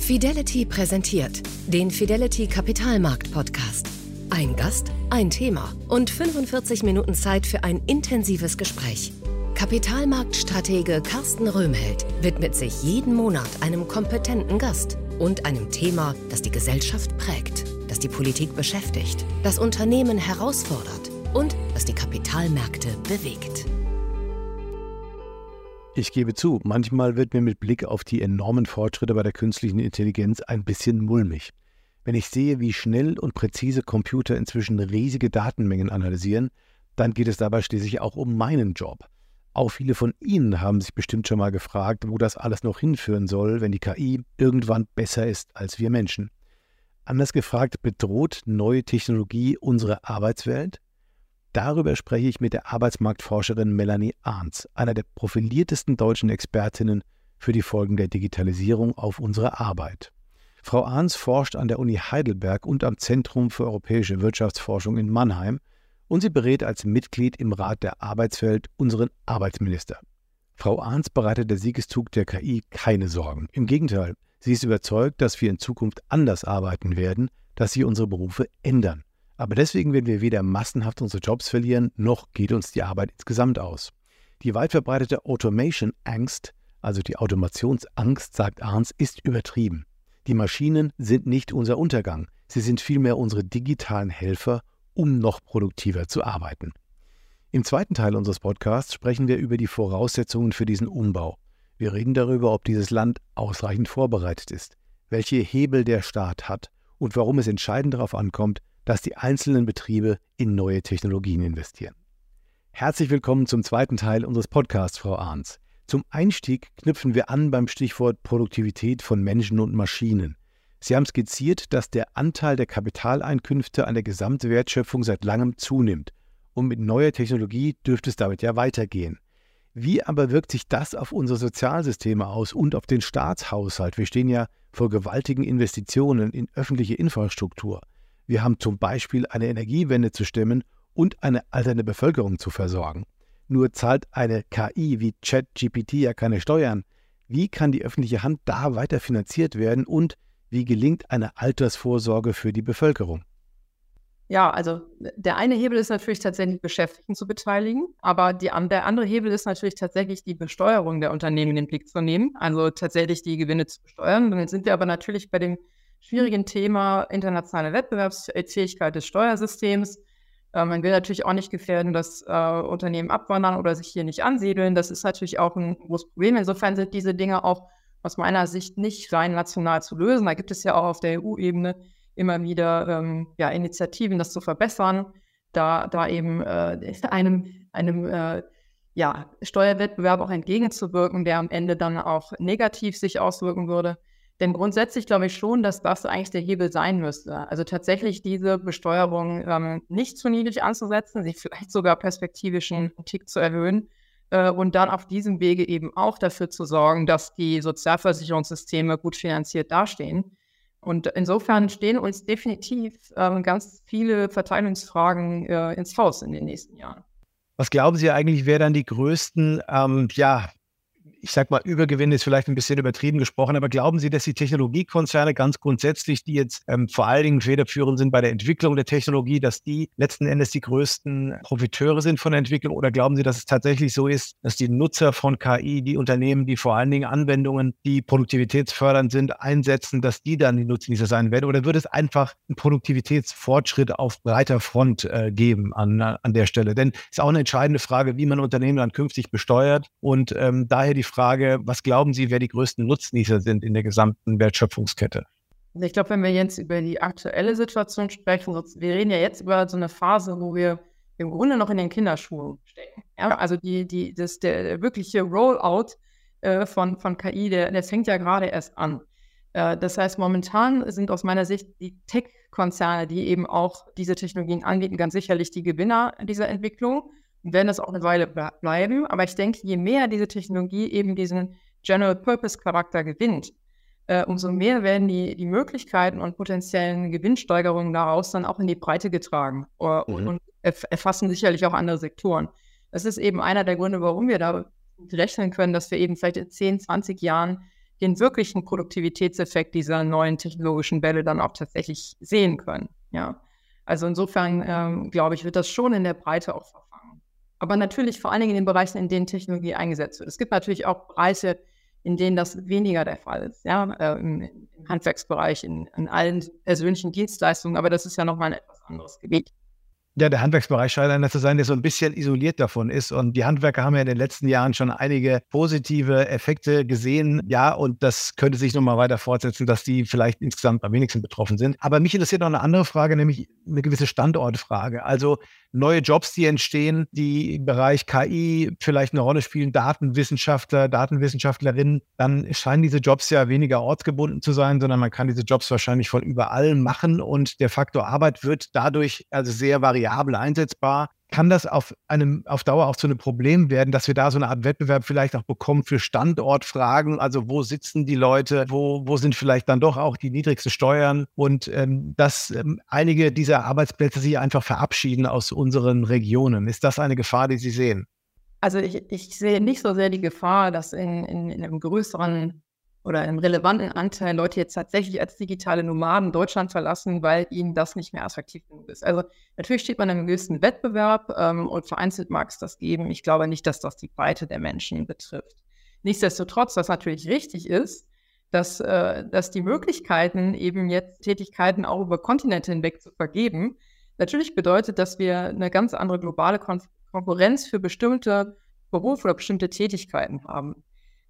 Fidelity präsentiert den Fidelity Kapitalmarkt Podcast. Ein Gast, ein Thema und 45 Minuten Zeit für ein intensives Gespräch. Kapitalmarktstratege Carsten Röhmheld widmet sich jeden Monat einem kompetenten Gast und einem Thema, das die Gesellschaft prägt, das die Politik beschäftigt, das Unternehmen herausfordert und das die Kapitalmärkte bewegt. Ich gebe zu, manchmal wird mir mit Blick auf die enormen Fortschritte bei der künstlichen Intelligenz ein bisschen mulmig. Wenn ich sehe, wie schnell und präzise Computer inzwischen riesige Datenmengen analysieren, dann geht es dabei schließlich auch um meinen Job. Auch viele von Ihnen haben sich bestimmt schon mal gefragt, wo das alles noch hinführen soll, wenn die KI irgendwann besser ist als wir Menschen. Anders gefragt, bedroht neue Technologie unsere Arbeitswelt? Darüber spreche ich mit der Arbeitsmarktforscherin Melanie Arntz, einer der profiliertesten deutschen Expertinnen für die Folgen der Digitalisierung auf unsere Arbeit. Frau Arntz forscht an der Uni Heidelberg und am Zentrum für europäische Wirtschaftsforschung in Mannheim und sie berät als Mitglied im Rat der Arbeitswelt unseren Arbeitsminister. Frau Arntz bereitet der Siegeszug der KI keine Sorgen. Im Gegenteil, sie ist überzeugt, dass wir in Zukunft anders arbeiten werden, dass sich unsere Berufe ändern. Aber deswegen werden wir weder massenhaft unsere Jobs verlieren, noch geht uns die Arbeit insgesamt aus. Die weit verbreitete Automation-Angst, also die Automationsangst, sagt Arntz, ist übertrieben. Die Maschinen sind nicht unser Untergang, sie sind vielmehr unsere digitalen Helfer, um noch produktiver zu arbeiten. Im zweiten Teil unseres Podcasts sprechen wir über die Voraussetzungen für diesen Umbau. Wir reden darüber, ob dieses Land ausreichend vorbereitet ist, welche Hebel der Staat hat und warum es entscheidend darauf ankommt, dass die einzelnen Betriebe in neue Technologien investieren. Herzlich willkommen zum zweiten Teil unseres Podcasts, Frau Arntz. Zum Einstieg knüpfen wir an beim Stichwort Produktivität von Menschen und Maschinen. Sie haben skizziert, dass der Anteil der Kapitaleinkünfte an der Gesamtwertschöpfung seit langem zunimmt. Und mit neuer Technologie dürfte es damit ja weitergehen. Wie aber wirkt sich das auf unsere Sozialsysteme aus und auf den Staatshaushalt? Wir stehen ja vor gewaltigen Investitionen in öffentliche Infrastruktur. Wir haben zum Beispiel eine Energiewende zu stemmen und eine alternde Bevölkerung zu versorgen. Nur zahlt eine KI wie ChatGPT ja keine Steuern. Wie kann die öffentliche Hand da weiter finanziert werden und wie gelingt eine Altersvorsorge für die Bevölkerung? Ja, also der eine Hebel ist natürlich tatsächlich, Beschäftigten zu beteiligen, aber der andere Hebel ist natürlich tatsächlich die Besteuerung der Unternehmen in den Blick zu nehmen, also tatsächlich die Gewinne zu besteuern. Dann sind wir aber natürlich bei dem schwierigen Thema internationale Wettbewerbsfähigkeit des Steuersystems. Man will natürlich auch nicht gefährden, dass Unternehmen abwandern oder sich hier nicht ansiedeln. Das ist natürlich auch ein großes Problem. Insofern sind diese Dinge auch aus meiner Sicht nicht rein national zu lösen. Da gibt es ja auch auf der EU-Ebene immer wieder Initiativen, das zu verbessern, da eben einem Steuerwettbewerb auch entgegenzuwirken, der am Ende dann auch negativ sich auswirken würde. Denn grundsätzlich glaube ich schon, dass das eigentlich der Hebel sein müsste. Also tatsächlich diese Besteuerung nicht zu niedrig anzusetzen, sie vielleicht sogar perspektivisch einen Tick zu erhöhen und dann auf diesem Wege eben auch dafür zu sorgen, dass die Sozialversicherungssysteme gut finanziert dastehen. Und insofern stehen uns definitiv ganz viele Verteilungsfragen ins Haus in den nächsten Jahren. Was glauben Sie eigentlich, wer dann die größten ich sag mal, Übergewinn ist vielleicht ein bisschen übertrieben gesprochen, aber glauben Sie, dass die Technologiekonzerne ganz grundsätzlich, die jetzt vor allen Dingen federführend sind bei der Entwicklung der Technologie, dass die letzten Endes die größten Profiteure sind von der Entwicklung? Oder glauben Sie, dass es tatsächlich so ist, dass die Nutzer von KI, die Unternehmen, die vor allen Dingen Anwendungen, die produktivitätsfördernd sind, einsetzen, dass die dann die Nutznießer sein werden? Oder wird es einfach einen Produktivitätsfortschritt auf breiter Front geben an der Stelle? Denn es ist auch eine entscheidende Frage, wie man Unternehmen dann künftig besteuert und daher die Frage, was glauben Sie, wer die größten Nutznießer sind in der gesamten Wertschöpfungskette? Ich glaube, wenn wir jetzt über die aktuelle Situation sprechen, wir reden ja jetzt über so eine Phase, wo wir im Grunde noch in den Kinderschuhen stecken. Ja? Also der wirkliche Rollout von KI, der fängt ja gerade erst an. Das heißt, momentan sind aus meiner Sicht die Tech-Konzerne, die eben auch diese Technologien anbieten, ganz sicherlich die Gewinner dieser Entwicklung. Und werden das auch eine Weile bleiben. Aber ich denke, je mehr diese Technologie eben diesen General-Purpose-Charakter gewinnt, umso mehr werden die Möglichkeiten und potenziellen Gewinnsteigerungen daraus dann auch in die Breite getragen und erfassen sicherlich auch andere Sektoren. Das ist eben einer der Gründe, warum wir da rechnen können, dass wir eben vielleicht in 10, 20 Jahren den wirklichen Produktivitätseffekt dieser neuen technologischen Welle dann auch tatsächlich sehen können. Ja, also insofern, glaube ich, wird das schon in der Breite auch verfangen. Aber natürlich vor allen Dingen in den Bereichen, in denen Technologie eingesetzt wird. Es gibt natürlich auch Bereiche, in denen das weniger der Fall ist, ja, im Handwerksbereich, in allen persönlichen Dienstleistungen, aber das ist ja nochmal ein etwas anderes Gebiet. Ja, der Handwerksbereich scheint einer zu sein, der so ein bisschen isoliert davon ist. Und die Handwerker haben ja in den letzten Jahren schon einige positive Effekte gesehen. Ja, und das könnte sich nochmal weiter fortsetzen, dass die vielleicht insgesamt am wenigsten betroffen sind. Aber mich interessiert noch eine andere Frage, nämlich eine gewisse Standortfrage. Also neue Jobs, die entstehen, die im Bereich KI vielleicht eine Rolle spielen, Datenwissenschaftler, Datenwissenschaftlerinnen, dann scheinen diese Jobs ja weniger ortsgebunden zu sein, sondern man kann diese Jobs wahrscheinlich von überall machen und der Faktor Arbeit wird dadurch also sehr variabel einsetzbar. Kann das auf Dauer auch zu einem Problem werden, dass wir da so eine Art Wettbewerb vielleicht auch bekommen für Standortfragen? Also wo sitzen die Leute? Wo sind vielleicht dann doch auch die niedrigsten Steuern? Und dass einige dieser Arbeitsplätze sich einfach verabschieden aus unseren Regionen. Ist das eine Gefahr, die Sie sehen? Also ich sehe nicht so sehr die Gefahr, dass in einem größeren oder einem relevanten Anteil Leute jetzt tatsächlich als digitale Nomaden Deutschland verlassen, weil ihnen das nicht mehr attraktiv genug ist. Also natürlich steht man in einem gewissen Wettbewerb und vereinzelt mag es das geben. Ich glaube nicht, dass das die Breite der Menschen betrifft. Nichtsdestotrotz, was natürlich richtig ist, dass die Möglichkeiten, eben jetzt Tätigkeiten auch über Kontinente hinweg zu vergeben, natürlich bedeutet, dass wir eine ganz andere globale Konkurrenz für bestimmte Berufe oder bestimmte Tätigkeiten haben.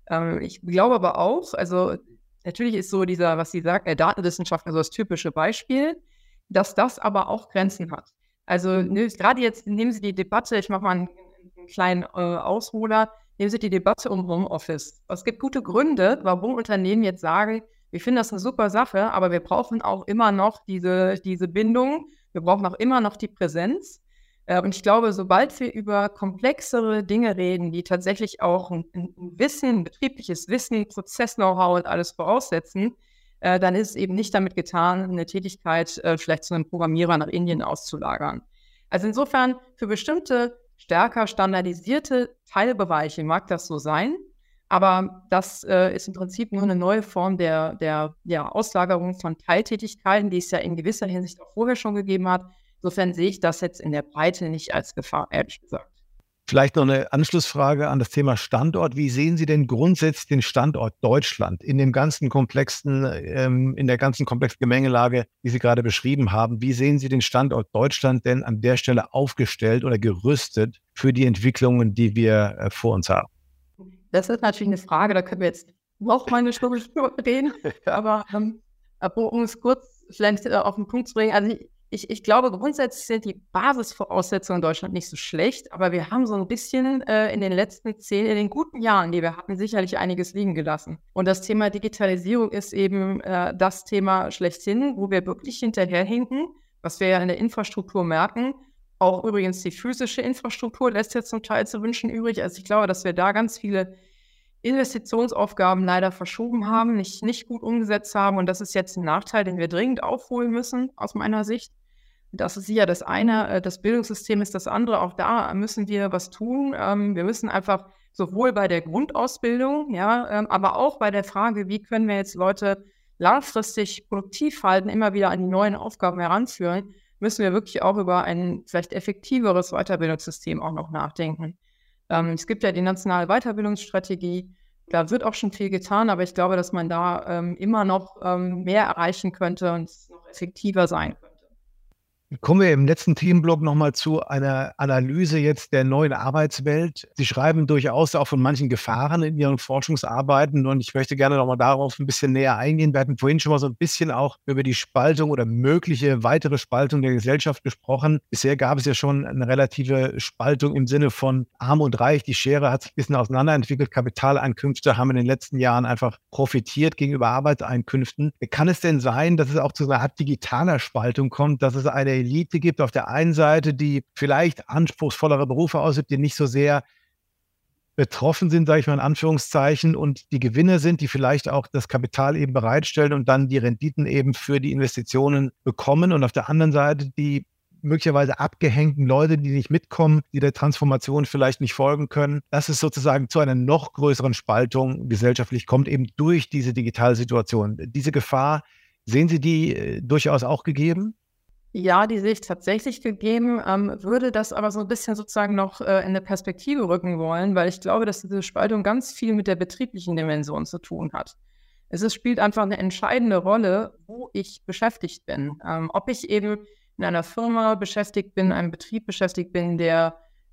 Ich glaube aber auch, also natürlich ist so dieser, was Sie sagen, Datenwissenschaftler so das typische Beispiel, dass das aber auch Grenzen hat. Also gerade jetzt nehmen Sie die Debatte, ich mache mal einen kleinen Ausholer, nehmen Sie die Debatte um Homeoffice. Es gibt gute Gründe, warum Unternehmen jetzt sagen, wir finden das eine super Sache, aber wir brauchen auch immer noch diese Bindung, wir brauchen auch immer noch die Präsenz. Und ich glaube, sobald wir über komplexere Dinge reden, die tatsächlich auch ein Wissen, betriebliches Wissen, Prozess-Know-how und alles voraussetzen, dann ist es eben nicht damit getan, eine Tätigkeit vielleicht zu einem Programmierer nach Indien auszulagern. Also insofern, für bestimmte stärker standardisierte Teilbereiche mag das so sein, aber das ist im Prinzip nur eine neue Form der Auslagerung von Teiltätigkeiten, die es ja in gewisser Hinsicht auch vorher schon gegeben hat. Insofern sehe ich das jetzt in der Breite nicht als Gefahr, ehrlich gesagt. Vielleicht noch eine Anschlussfrage an das Thema Standort. Wie sehen Sie denn grundsätzlich den Standort Deutschland in der ganzen komplexen Gemengelage, die Sie gerade beschrieben haben? Wie sehen Sie den Standort Deutschland denn an der Stelle aufgestellt oder gerüstet für die Entwicklungen, die wir vor uns haben? Das ist natürlich eine Frage, da können wir jetzt noch mal eine Stunde drüber reden. Aber um es kurz vielleicht auf den Punkt zu bringen, also ich glaube, grundsätzlich sind die Basisvoraussetzungen in Deutschland nicht so schlecht, aber wir haben so ein bisschen in den guten Jahren, die wir hatten, sicherlich einiges liegen gelassen. Und das Thema Digitalisierung ist eben das Thema schlechthin, wo wir wirklich hinterherhinken, was wir ja in der Infrastruktur merken. Auch übrigens die physische Infrastruktur lässt ja zum Teil zu wünschen übrig. Also ich glaube, dass wir da ganz viele Investitionsaufgaben leider verschoben haben, nicht gut umgesetzt haben. Und das ist jetzt ein Nachteil, den wir dringend aufholen müssen, aus meiner Sicht. Das ist sicher das eine. Das Bildungssystem ist das andere. Auch da müssen wir was tun. Wir müssen einfach sowohl bei der Grundausbildung, aber auch bei der Frage, wie können wir jetzt Leute langfristig produktiv halten, immer wieder an die neuen Aufgaben heranführen, müssen wir wirklich auch über ein vielleicht effektiveres Weiterbildungssystem auch noch nachdenken. Es gibt ja die nationale Weiterbildungsstrategie, da wird auch schon viel getan, aber ich glaube, dass man da immer noch mehr erreichen könnte und es noch effektiver sein könnte. Kommen wir im letzten Themenblock nochmal zu einer Analyse jetzt der neuen Arbeitswelt. Sie schreiben durchaus auch von manchen Gefahren in Ihren Forschungsarbeiten und ich möchte gerne nochmal darauf ein bisschen näher eingehen. Wir hatten vorhin schon mal so ein bisschen auch über die Spaltung oder mögliche weitere Spaltung der Gesellschaft gesprochen. Bisher gab es ja schon eine relative Spaltung im Sinne von Arm und Reich. Die Schere hat sich ein bisschen auseinanderentwickelt. Kapitaleinkünfte haben in den letzten Jahren einfach profitiert gegenüber Arbeitseinkünften. Kann es denn sein, dass es auch zu einer Art digitaler Spaltung kommt, dass es eine Elite gibt auf der einen Seite, die vielleicht anspruchsvollere Berufe ausübt, die nicht so sehr betroffen sind, sage ich mal in Anführungszeichen, und die Gewinner sind, die vielleicht auch das Kapital eben bereitstellen und dann die Renditen eben für die Investitionen bekommen und auf der anderen Seite die möglicherweise abgehängten Leute, die nicht mitkommen, die der Transformation vielleicht nicht folgen können, dass es sozusagen zu einer noch größeren Spaltung gesellschaftlich kommt, eben durch diese digitale Situation. Diese Gefahr, sehen Sie die durchaus auch gegeben? Ja, die sehe ich tatsächlich gegeben, würde das aber so ein bisschen sozusagen noch in eine Perspektive rücken wollen, weil ich glaube, dass diese Spaltung ganz viel mit der betrieblichen Dimension zu tun hat. Spielt einfach eine entscheidende Rolle, wo ich beschäftigt bin. Ob ich eben in einer Firma beschäftigt bin, einem Betrieb beschäftigt bin, der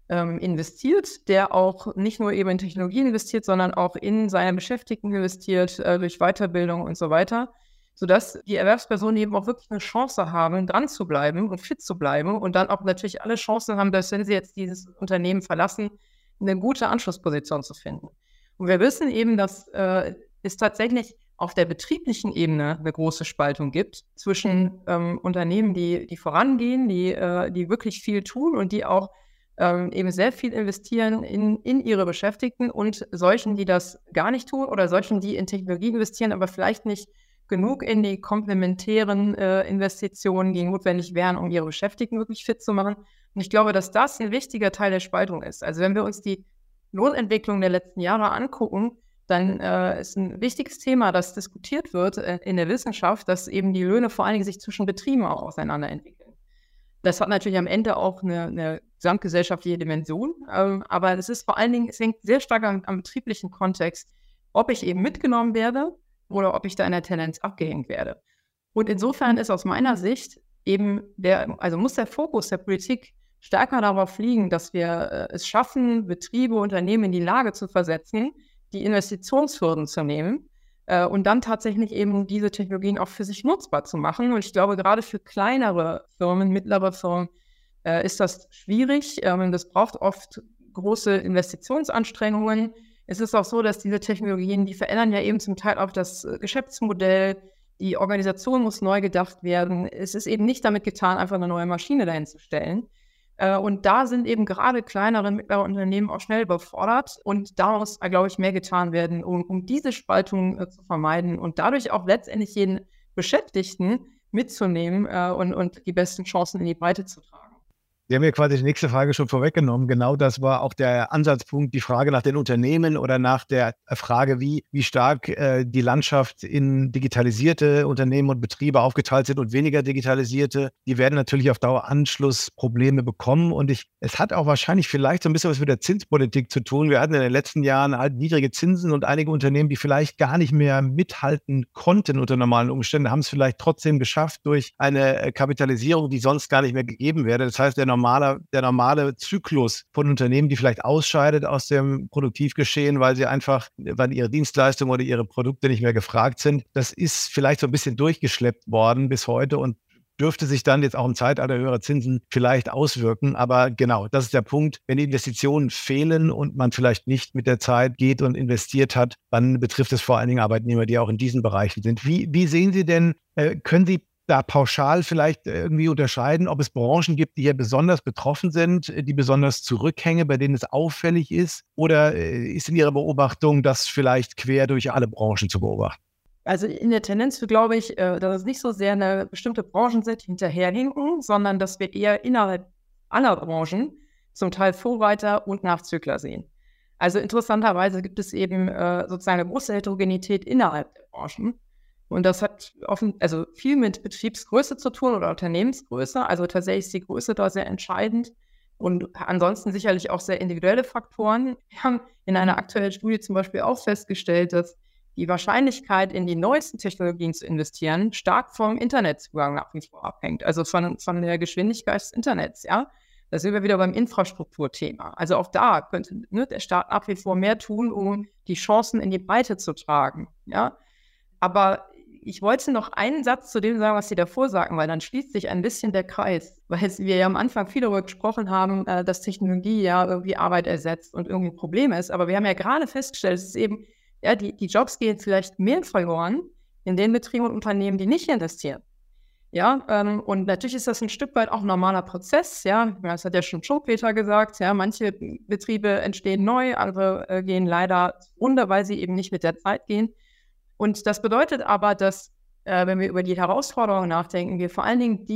investiert, der auch nicht nur eben in Technologien investiert, sondern auch in seine Beschäftigten investiert, durch Weiterbildung und so weiter, sodass die Erwerbspersonen eben auch wirklich eine Chance haben, dran zu bleiben und fit zu bleiben und dann auch natürlich alle Chancen haben, dass, wenn sie jetzt dieses Unternehmen verlassen, eine gute Anschlussposition zu finden. Und wir wissen eben, dass es tatsächlich auf der betrieblichen Ebene eine große Spaltung gibt zwischen Unternehmen, die vorangehen, die wirklich viel tun und die auch eben sehr viel investieren in ihre Beschäftigten und solchen, die das gar nicht tun oder solchen, die in Technologie investieren, aber vielleicht nicht genug in die komplementären Investitionen, die notwendig wären, um ihre Beschäftigten wirklich fit zu machen. Und ich glaube, dass das ein wichtiger Teil der Spaltung ist. Also wenn wir uns die Lohnentwicklung der letzten Jahre angucken, dann ist ein wichtiges Thema, das diskutiert wird in der Wissenschaft, dass eben die Löhne vor allen Dingen sich zwischen Betrieben auch auseinanderentwickeln. Das hat natürlich am Ende auch eine gesamtgesellschaftliche Dimension, aber es ist vor allen Dingen, es hängt sehr stark am betrieblichen Kontext, ob ich eben mitgenommen werde oder ob ich da in der Tendenz abgehängt werde. Und insofern ist aus meiner Sicht eben muss der Fokus der Politik stärker darauf liegen, dass wir es schaffen, Betriebe, Unternehmen in die Lage zu versetzen, die Investitionshürden zu nehmen und dann tatsächlich eben diese Technologien auch für sich nutzbar zu machen. Und ich glaube, gerade für kleinere Firmen, mittlere Firmen ist das schwierig. Das braucht oft große Investitionsanstrengungen. Es ist auch so, dass diese Technologien, die verändern ja eben zum Teil auch das Geschäftsmodell. Die Organisation muss neu gedacht werden. Es ist eben nicht damit getan, einfach eine neue Maschine dahin zu stellen. Und da sind eben gerade kleinere, mittlere Unternehmen auch schnell überfordert. Und da muss, glaube ich, mehr getan werden, um diese Spaltung zu vermeiden und dadurch auch letztendlich jeden Beschäftigten mitzunehmen und die besten Chancen in die Breite zu tragen. Sie haben ja quasi die nächste Frage schon vorweggenommen. Genau das war auch der Ansatzpunkt, die Frage nach den Unternehmen oder nach der Frage, wie stark die Landschaft in digitalisierte Unternehmen und Betriebe aufgeteilt sind und weniger digitalisierte. Die werden natürlich auf Dauer Anschlussprobleme bekommen. Und es hat auch wahrscheinlich vielleicht so ein bisschen was mit der Zinspolitik zu tun. Wir hatten in den letzten Jahren halt niedrige Zinsen und einige Unternehmen, die vielleicht gar nicht mehr mithalten konnten unter normalen Umständen, haben es vielleicht trotzdem geschafft durch eine Kapitalisierung, die sonst gar nicht mehr gegeben wäre. Das heißt, der normale Zyklus von Unternehmen, die vielleicht ausscheidet aus dem Produktivgeschehen, weil ihre Dienstleistungen oder ihre Produkte nicht mehr gefragt sind, das ist vielleicht so ein bisschen durchgeschleppt worden bis heute und dürfte sich dann jetzt auch im Zeitalter höherer Zinsen vielleicht auswirken. Aber genau, das ist der Punkt. Wenn die Investitionen fehlen und man vielleicht nicht mit der Zeit geht und investiert hat, dann betrifft es vor allen Dingen Arbeitnehmer, die auch in diesen Bereichen sind. Wie sehen Sie denn, können Sie da pauschal vielleicht irgendwie unterscheiden, ob es Branchen gibt, die hier besonders betroffen sind, die besonders Zurückhänge, bei denen es auffällig ist? Oder ist in Ihrer Beobachtung das vielleicht quer durch alle Branchen zu beobachten? Also in der Tendenz glaube ich, dass es nicht so sehr eine bestimmte Branchen sind, die hinterherhinken, sondern dass wir eher innerhalb aller Branchen zum Teil Vorreiter und Nachzügler sehen. Also interessanterweise gibt es eben sozusagen eine große Heterogenität innerhalb der Branchen. Und das hat viel mit Betriebsgröße zu tun oder Unternehmensgröße. Also tatsächlich ist die Größe da sehr entscheidend und ansonsten sicherlich auch sehr individuelle Faktoren. Wir haben in einer aktuellen Studie zum Beispiel auch festgestellt, dass die Wahrscheinlichkeit, in die neuesten Technologien zu investieren, stark vom Internetzugang nach wie vor abhängt. Also von der Geschwindigkeit des Internets, ja. Da sind wir wieder beim Infrastrukturthema. Also auch da könnte der Staat nach wie vor mehr tun, um die Chancen in die Breite zu tragen, ja. Aber ich wollte noch einen Satz zu dem sagen, was Sie davor sagten, weil dann schließt sich ein bisschen der Kreis. Weil wir ja am Anfang viel darüber gesprochen haben, dass Technologie ja irgendwie Arbeit ersetzt und irgendwie ein Problem ist. Aber wir haben ja gerade festgestellt, es ist eben, ja, die Jobs gehen vielleicht mehr verloren in den Betrieben und Unternehmen, die nicht investieren. Ja, und natürlich ist das ein Stück weit auch ein normaler Prozess. Ja, das hat ja schon Schumpeter gesagt. Ja, manche Betriebe entstehen neu, andere gehen leider unter, weil sie eben nicht mit der Zeit gehen. Und das bedeutet aber, dass, wenn wir über die Herausforderungen nachdenken, wir vor allen Dingen die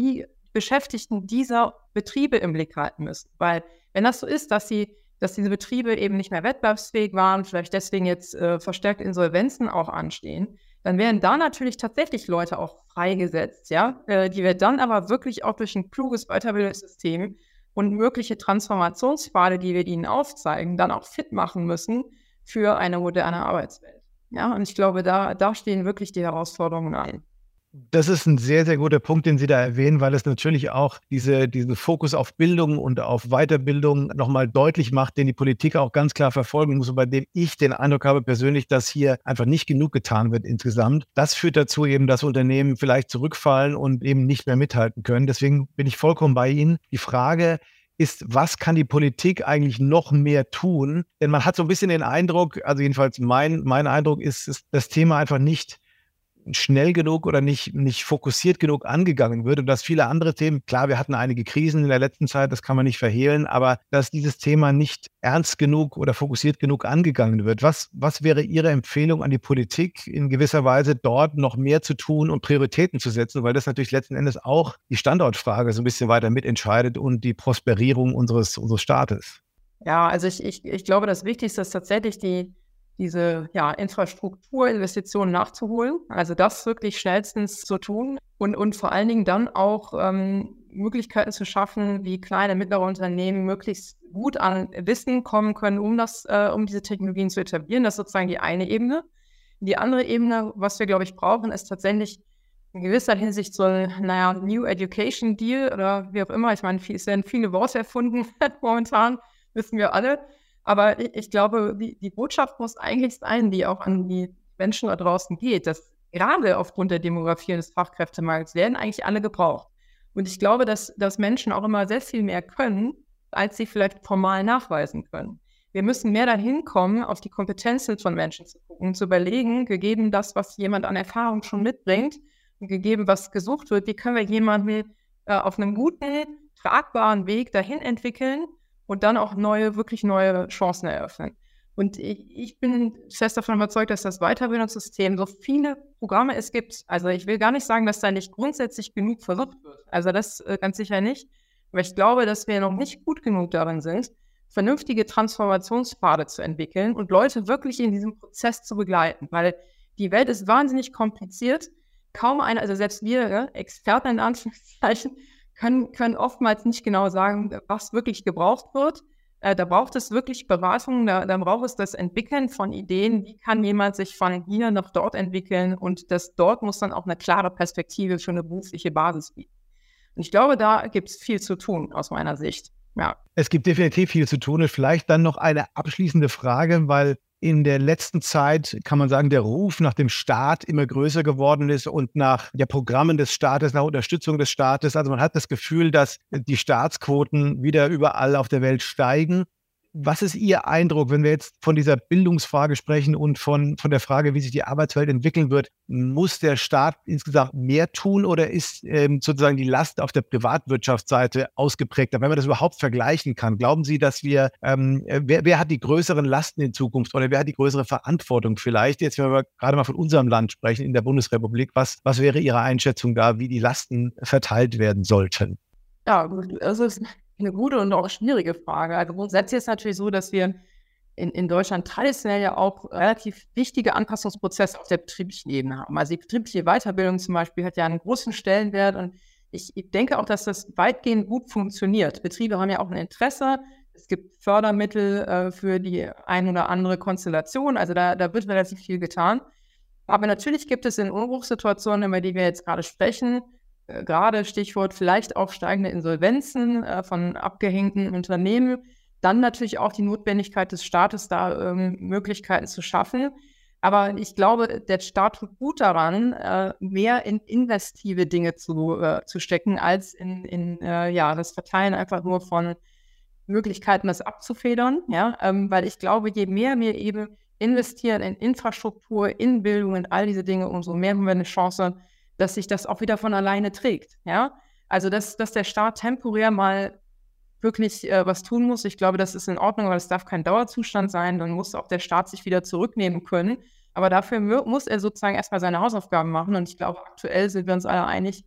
Beschäftigten dieser Betriebe im Blick halten müssen. Weil wenn das so ist, dass diese Betriebe eben nicht mehr wettbewerbsfähig waren, vielleicht deswegen jetzt verstärkt Insolvenzen auch anstehen, dann werden da natürlich tatsächlich Leute auch freigesetzt, ja, die wir dann aber wirklich auch durch ein kluges Weiterbildungssystem und mögliche Transformationspfade, die wir ihnen aufzeigen, dann auch fit machen müssen für eine moderne Arbeitswelt. Ja, und ich glaube, da stehen wirklich die Herausforderungen an. Das ist ein sehr, sehr guter Punkt, den Sie da erwähnen, weil es natürlich auch diesen Fokus auf Bildung und auf Weiterbildung nochmal deutlich macht, den die Politik auch ganz klar verfolgen muss und bei dem ich den Eindruck habe persönlich, dass hier einfach nicht genug getan wird insgesamt. Das führt dazu eben, dass Unternehmen vielleicht zurückfallen und eben nicht mehr mithalten können. Deswegen bin ich vollkommen bei Ihnen. Die Frage ist, was kann die Politik eigentlich noch mehr tun? Denn man hat so ein bisschen den Eindruck, also jedenfalls mein Eindruck ist das Thema einfach nicht schnell genug oder nicht fokussiert genug angegangen wird und dass viele andere Themen, klar, wir hatten einige Krisen in der letzten Zeit, das kann man nicht verhehlen, aber dass dieses Thema nicht ernst genug oder fokussiert genug angegangen wird. Was wäre Ihre Empfehlung an die Politik, in gewisser Weise dort noch mehr zu tun und Prioritäten zu setzen, weil das natürlich letzten Endes auch die Standortfrage so ein bisschen weiter mitentscheidet und die Prosperierung unseres Staates? Ja, also ich glaube, das Wichtigste ist tatsächlich diese Infrastrukturinvestitionen nachzuholen, also das wirklich schnellstens zu tun und vor allen Dingen dann auch Möglichkeiten zu schaffen, wie kleine, mittlere Unternehmen möglichst gut an Wissen kommen können, um diese Technologien zu etablieren. Das ist sozusagen die eine Ebene. Die andere Ebene, was wir, glaube ich, brauchen, ist tatsächlich in gewisser Hinsicht so ein, New Education Deal oder wie auch immer. Ich meine, es werden viele Worte erfunden momentan, wissen wir alle. Aber ich glaube, die Botschaft muss eigentlich sein, die auch an die Menschen da draußen geht, dass gerade aufgrund der Demografie und des Fachkräftemarkts werden eigentlich alle gebraucht. Und ich glaube, dass Menschen auch immer sehr viel mehr können, als sie vielleicht formal nachweisen können. Wir müssen mehr dahin kommen, auf die Kompetenzen von Menschen zu gucken, zu überlegen, gegeben das, was jemand an Erfahrung schon mitbringt und gegeben, was gesucht wird, wie können wir jemanden auf einem guten, tragbaren Weg dahin entwickeln, und dann auch wirklich neue Chancen eröffnen. Und ich bin fest davon überzeugt, dass das Weiterbildungssystem so viele Programme es gibt. Also ich will gar nicht sagen, dass da nicht grundsätzlich genug versucht wird. Also das ganz sicher nicht. Aber ich glaube, dass wir noch nicht gut genug darin sind, vernünftige Transformationspfade zu entwickeln und Leute wirklich in diesem Prozess zu begleiten. Weil die Welt ist wahnsinnig kompliziert. Kaum einer, also selbst wir, Experten in Anführungszeichen, können oftmals nicht genau sagen, was wirklich gebraucht wird. Da braucht es wirklich Beratung, da braucht es das Entwickeln von Ideen, wie kann jemand sich von hier nach dort entwickeln und das dort muss dann auch eine klare Perspektive für eine berufliche Basis bieten. Und ich glaube, da gibt es viel zu tun aus meiner Sicht. Ja. Es gibt definitiv viel zu tun und vielleicht dann noch eine abschließende Frage, weil in der letzten Zeit, kann man sagen, der Ruf nach dem Staat immer größer geworden ist und nach Programmen des Staates, nach Unterstützung des Staates. Also man hat das Gefühl, dass die Staatsquoten wieder überall auf der Welt steigen. Was ist Ihr Eindruck, wenn wir jetzt von dieser Bildungsfrage sprechen und von der Frage, wie sich die Arbeitswelt entwickeln wird? Muss der Staat insgesamt mehr tun oder ist sozusagen die Last auf der Privatwirtschaftsseite ausgeprägter, wenn man das überhaupt vergleichen kann? Glauben Sie, dass wer hat die größeren Lasten in Zukunft oder wer hat die größere Verantwortung vielleicht? Jetzt, wenn wir gerade mal von unserem Land sprechen, in der Bundesrepublik, was wäre Ihre Einschätzung da, wie die Lasten verteilt werden sollten? Ja, gut, also es ist eine gute und auch schwierige Frage. Also grundsätzlich ist es natürlich so, dass wir in Deutschland traditionell ja auch relativ wichtige Anpassungsprozesse auf der betrieblichen Ebene haben. Also die betriebliche Weiterbildung zum Beispiel hat ja einen großen Stellenwert und ich denke auch, dass das weitgehend gut funktioniert. Betriebe haben ja auch ein Interesse. Es gibt Fördermittel für die ein oder andere Konstellation. Also da wird relativ viel getan. Aber natürlich gibt es in Umbruchssituationen, über die wir jetzt gerade sprechen, gerade Stichwort vielleicht auch steigende Insolvenzen von abgehängten Unternehmen, dann natürlich auch die Notwendigkeit des Staates, da Möglichkeiten zu schaffen. Aber ich glaube, der Staat tut gut daran, mehr in investive Dinge zu stecken, als in das Verteilen einfach nur von Möglichkeiten, das abzufedern. Ja? Weil ich glaube, je mehr wir eben investieren in Infrastruktur, in Bildung und all diese Dinge, umso mehr haben wir eine Chance, dass sich das auch wieder von alleine trägt. Ja? Also, dass der Staat temporär mal wirklich was tun muss, ich glaube, das ist in Ordnung, aber das darf kein Dauerzustand sein. Dann muss auch der Staat sich wieder zurücknehmen können. Aber dafür muss er sozusagen erstmal seine Hausaufgaben machen. Und ich glaube, aktuell sind wir uns alle einig,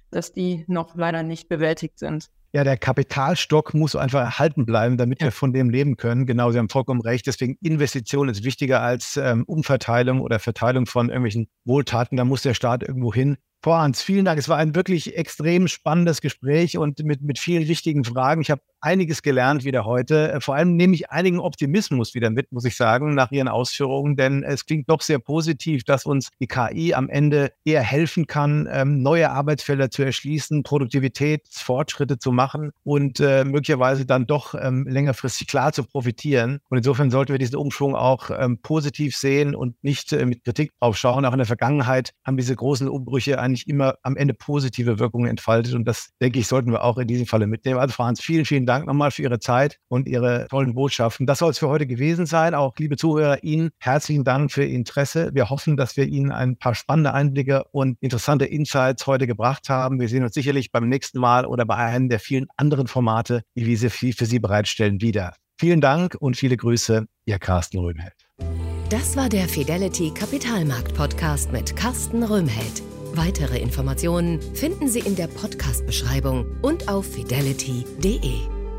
dass die noch leider nicht bewältigt sind. Ja, der Kapitalstock muss einfach erhalten bleiben, damit wir von dem leben können. Genau, Sie haben vollkommen recht. Deswegen Investition ist wichtiger als Umverteilung oder Verteilung von irgendwelchen Wohltaten. Da muss der Staat irgendwo hin. Frau Arndts, vielen Dank. Es war ein wirklich extrem spannendes Gespräch und mit vielen wichtigen Fragen. Ich habe einiges gelernt wieder heute. Vor allem nehme ich einigen Optimismus wieder mit, muss ich sagen, nach Ihren Ausführungen. Denn es klingt doch sehr positiv, dass uns die KI am Ende eher helfen kann, neue Arbeitsfelder zu erschließen, Produktivitätsfortschritte zu machen und möglicherweise dann doch längerfristig klar zu profitieren. Und insofern sollten wir diesen Umschwung auch positiv sehen und nicht mit Kritik drauf schauen. Auch in der Vergangenheit haben diese großen Umbrüche eigentlich immer am Ende positive Wirkungen entfaltet. Und das, denke ich, sollten wir auch in diesem Falle mitnehmen. Also Frau Arndts, vielen, vielen Dank nochmal für Ihre Zeit und Ihre tollen Botschaften. Das soll es für heute gewesen sein. Auch liebe Zuhörer, Ihnen herzlichen Dank für Ihr Interesse. Wir hoffen, dass wir Ihnen ein paar spannende Einblicke und interessante Insights heute gebracht haben. Wir sehen uns sicherlich beim nächsten Mal oder bei einem der vielen anderen Formate, die wir für Sie bereitstellen, wieder. Vielen Dank und viele Grüße, Ihr Carsten Röhmheld. Das war der Fidelity Kapitalmarkt Podcast mit Carsten Röhmheld. Weitere Informationen finden Sie in der Podcast-Beschreibung und auf fidelity.de.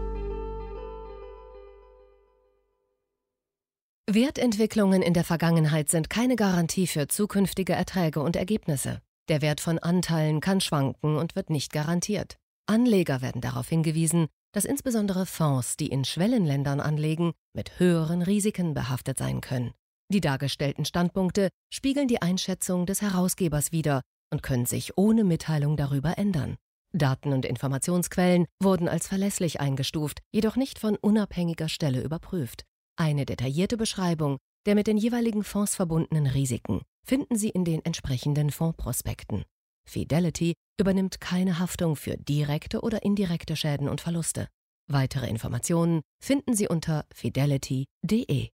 Wertentwicklungen in der Vergangenheit sind keine Garantie für zukünftige Erträge und Ergebnisse. Der Wert von Anteilen kann schwanken und wird nicht garantiert. Anleger werden darauf hingewiesen, dass insbesondere Fonds, die in Schwellenländern anlegen, mit höheren Risiken behaftet sein können. Die dargestellten Standpunkte spiegeln die Einschätzung des Herausgebers wider und können sich ohne Mitteilung darüber ändern. Daten und Informationsquellen wurden als verlässlich eingestuft, jedoch nicht von unabhängiger Stelle überprüft. Eine detaillierte Beschreibung der mit den jeweiligen Fonds verbundenen Risiken finden Sie in den entsprechenden Fondsprospekten. Fidelity übernimmt keine Haftung für direkte oder indirekte Schäden und Verluste. Weitere Informationen finden Sie unter fidelity.de.